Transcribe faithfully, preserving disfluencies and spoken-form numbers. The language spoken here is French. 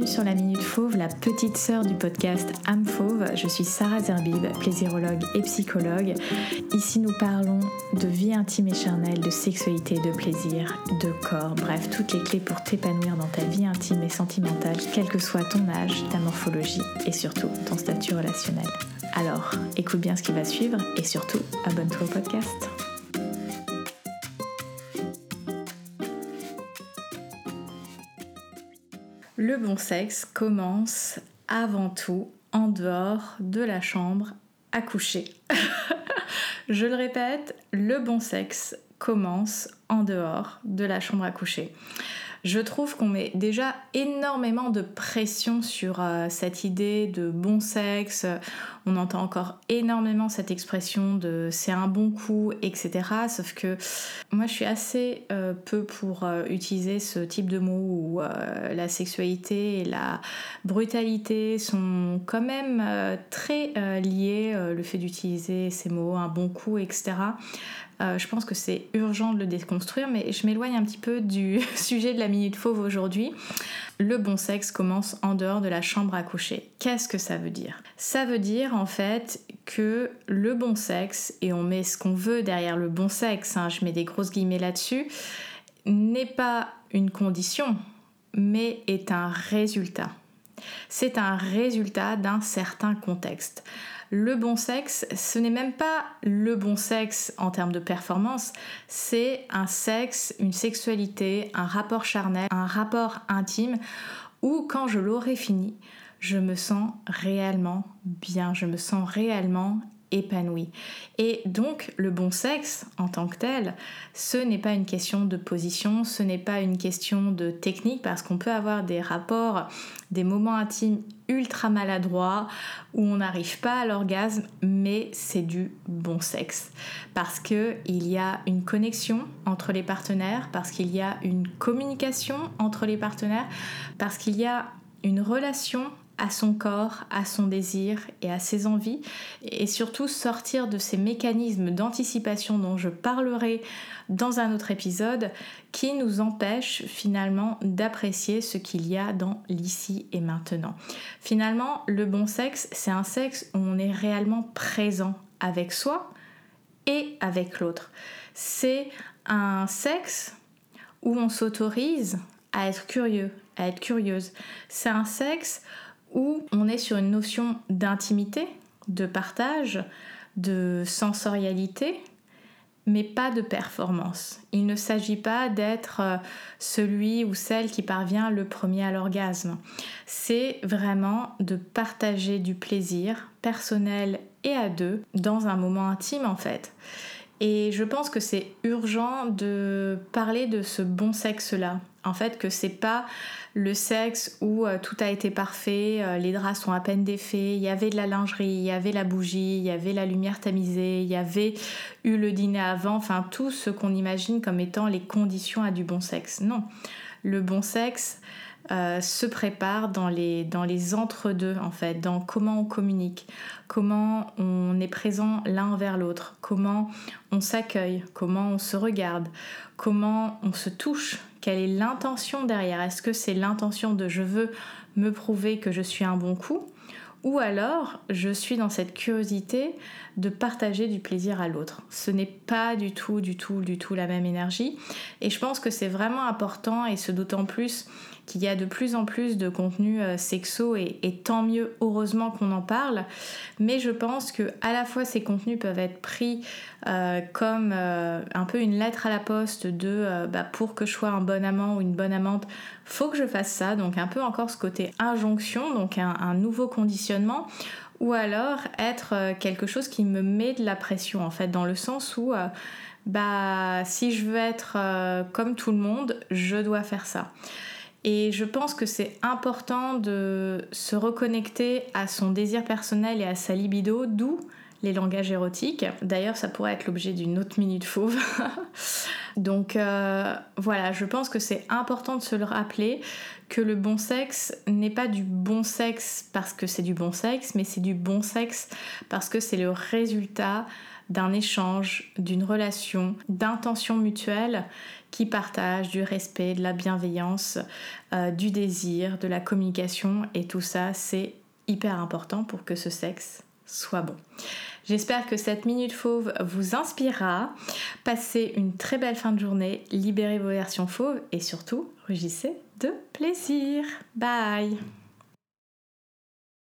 bienvenue sur la Minute Fauve, la petite sœur du podcast Âme Fauve. Je suis Sarah Zerbib, plaisirologue et psychologue. Ici nous parlons de vie intime et charnelle, de sexualité, de plaisir, de corps, bref, toutes les clés pour t'épanouir dans ta vie intime et sentimentale, quel que soit ton âge, ta morphologie et surtout ton statut relationnel. Alors, écoute bien ce qui va suivre et surtout, abonne-toi au podcast. Le bon sexe commence avant tout en dehors de la chambre à coucher. Je le répète, le bon sexe commence en dehors de la chambre à coucher. Je trouve qu'on met déjà énormément de pression sur euh, cette idée de bon sexe. On entend encore énormément cette expression de c'est un bon coup, et cetera. Sauf que moi, je suis assez euh, peu pour euh, utiliser ce type de mots où euh, la sexualité et la brutalité sont quand même euh, très euh, liés. Euh, le fait d'utiliser ces mots, un bon coup, et cetera. Euh, je pense que c'est urgent de le déconstruire, mais je m'éloigne un petit peu du sujet de la Minute Fauve aujourd'hui. Le bon sexe commence en dehors de la chambre à coucher. Qu'est-ce que ça veut dire ? Ça veut dire en fait que le bon sexe, et on met ce qu'on veut derrière le bon sexe, hein, je mets des grosses guillemets là-dessus, n'est pas une condition, mais est un résultat. C'est un résultat d'un certain contexte. Le bon sexe, ce n'est même pas le bon sexe en termes de performance, c'est un sexe, une sexualité, un rapport charnel, un rapport intime où quand je l'aurai fini, je me sens réellement bien, je me sens réellement épanouie. Et donc, le bon sexe, en tant que tel, ce n'est pas une question de position, ce n'est pas une question de technique, parce qu'on peut avoir des rapports, des moments intimes ultra maladroits, où on n'arrive pas à l'orgasme, mais c'est du bon sexe. Parce qu'il y a une connexion entre les partenaires, parce qu'il y a une communication entre les partenaires, parce qu'il y a une relation à son corps, à son désir et à ses envies, et surtout sortir de ces mécanismes d'anticipation dont je parlerai dans un autre épisode, qui nous empêchent finalement d'apprécier ce qu'il y a dans l'ici et maintenant. Finalement, le bon sexe, c'est un sexe où on est réellement présent avec soi et avec l'autre. C'est un sexe où on s'autorise à être curieux, à être curieuse. C'est un sexe où on est sur une notion d'intimité, de partage, de sensorialité, mais pas de performance. Il ne s'agit pas d'être celui ou celle qui parvient le premier à l'orgasme. C'est vraiment de partager du plaisir personnel et à deux dans un moment intime en fait. Et je pense que c'est urgent de parler de ce bon sexe-là. En fait, que c'est pas le sexe où euh, tout a été parfait, euh, les draps sont à peine défaits, il y avait de la lingerie, il y avait la bougie, il y avait la lumière tamisée, il y avait eu le dîner avant, enfin tout ce qu'on imagine comme étant les conditions à du bon sexe. Non, le bon sexe euh, se prépare dans les, dans les entre-deux en fait, dans comment on communique, comment on est présent l'un envers l'autre, comment on s'accueille, comment on se regarde, comment on se touche. Quelle est l'intention derrière ? Est-ce que c'est l'intention de je veux me prouver que je suis un bon coup ? Ou alors je suis dans cette curiosité de partager du plaisir à l'autre. Ce n'est pas du tout, du tout, du tout la même énergie. Et je pense que c'est vraiment important, et ce d'autant plus qu'il y a de plus en plus de contenus euh, sexos, et, et tant mieux, heureusement qu'on en parle. Mais je pense que à la fois ces contenus peuvent être pris euh, comme euh, un peu une lettre à la poste de euh, bah, pour que je sois un bon amant ou une bonne amante, faut que je fasse ça. Donc un peu encore ce côté injonction, donc un, un nouveau conditionnement. Ou alors être euh, quelque chose qui me met de la pression en fait, dans le sens où euh, bah si je veux être euh, comme tout le monde, je dois faire ça. Et je pense que c'est important de se reconnecter à son désir personnel et à sa libido, d'où les langages érotiques. D'ailleurs, ça pourrait être l'objet d'une autre minute fauve. Donc euh, voilà, je pense que c'est important de se le rappeler, que le bon sexe n'est pas du bon sexe parce que c'est du bon sexe, mais c'est du bon sexe parce que c'est le résultat d'un échange, d'une relation, d'intention mutuelle qui partage du respect, de la bienveillance, euh, du désir, de la communication, et tout ça c'est hyper important pour que ce sexe soit bon. J'espère que cette Minute Fauve vous inspirera. Passez une très belle fin de journée, libérez vos versions fauves et surtout, rugissez de plaisir. Bye!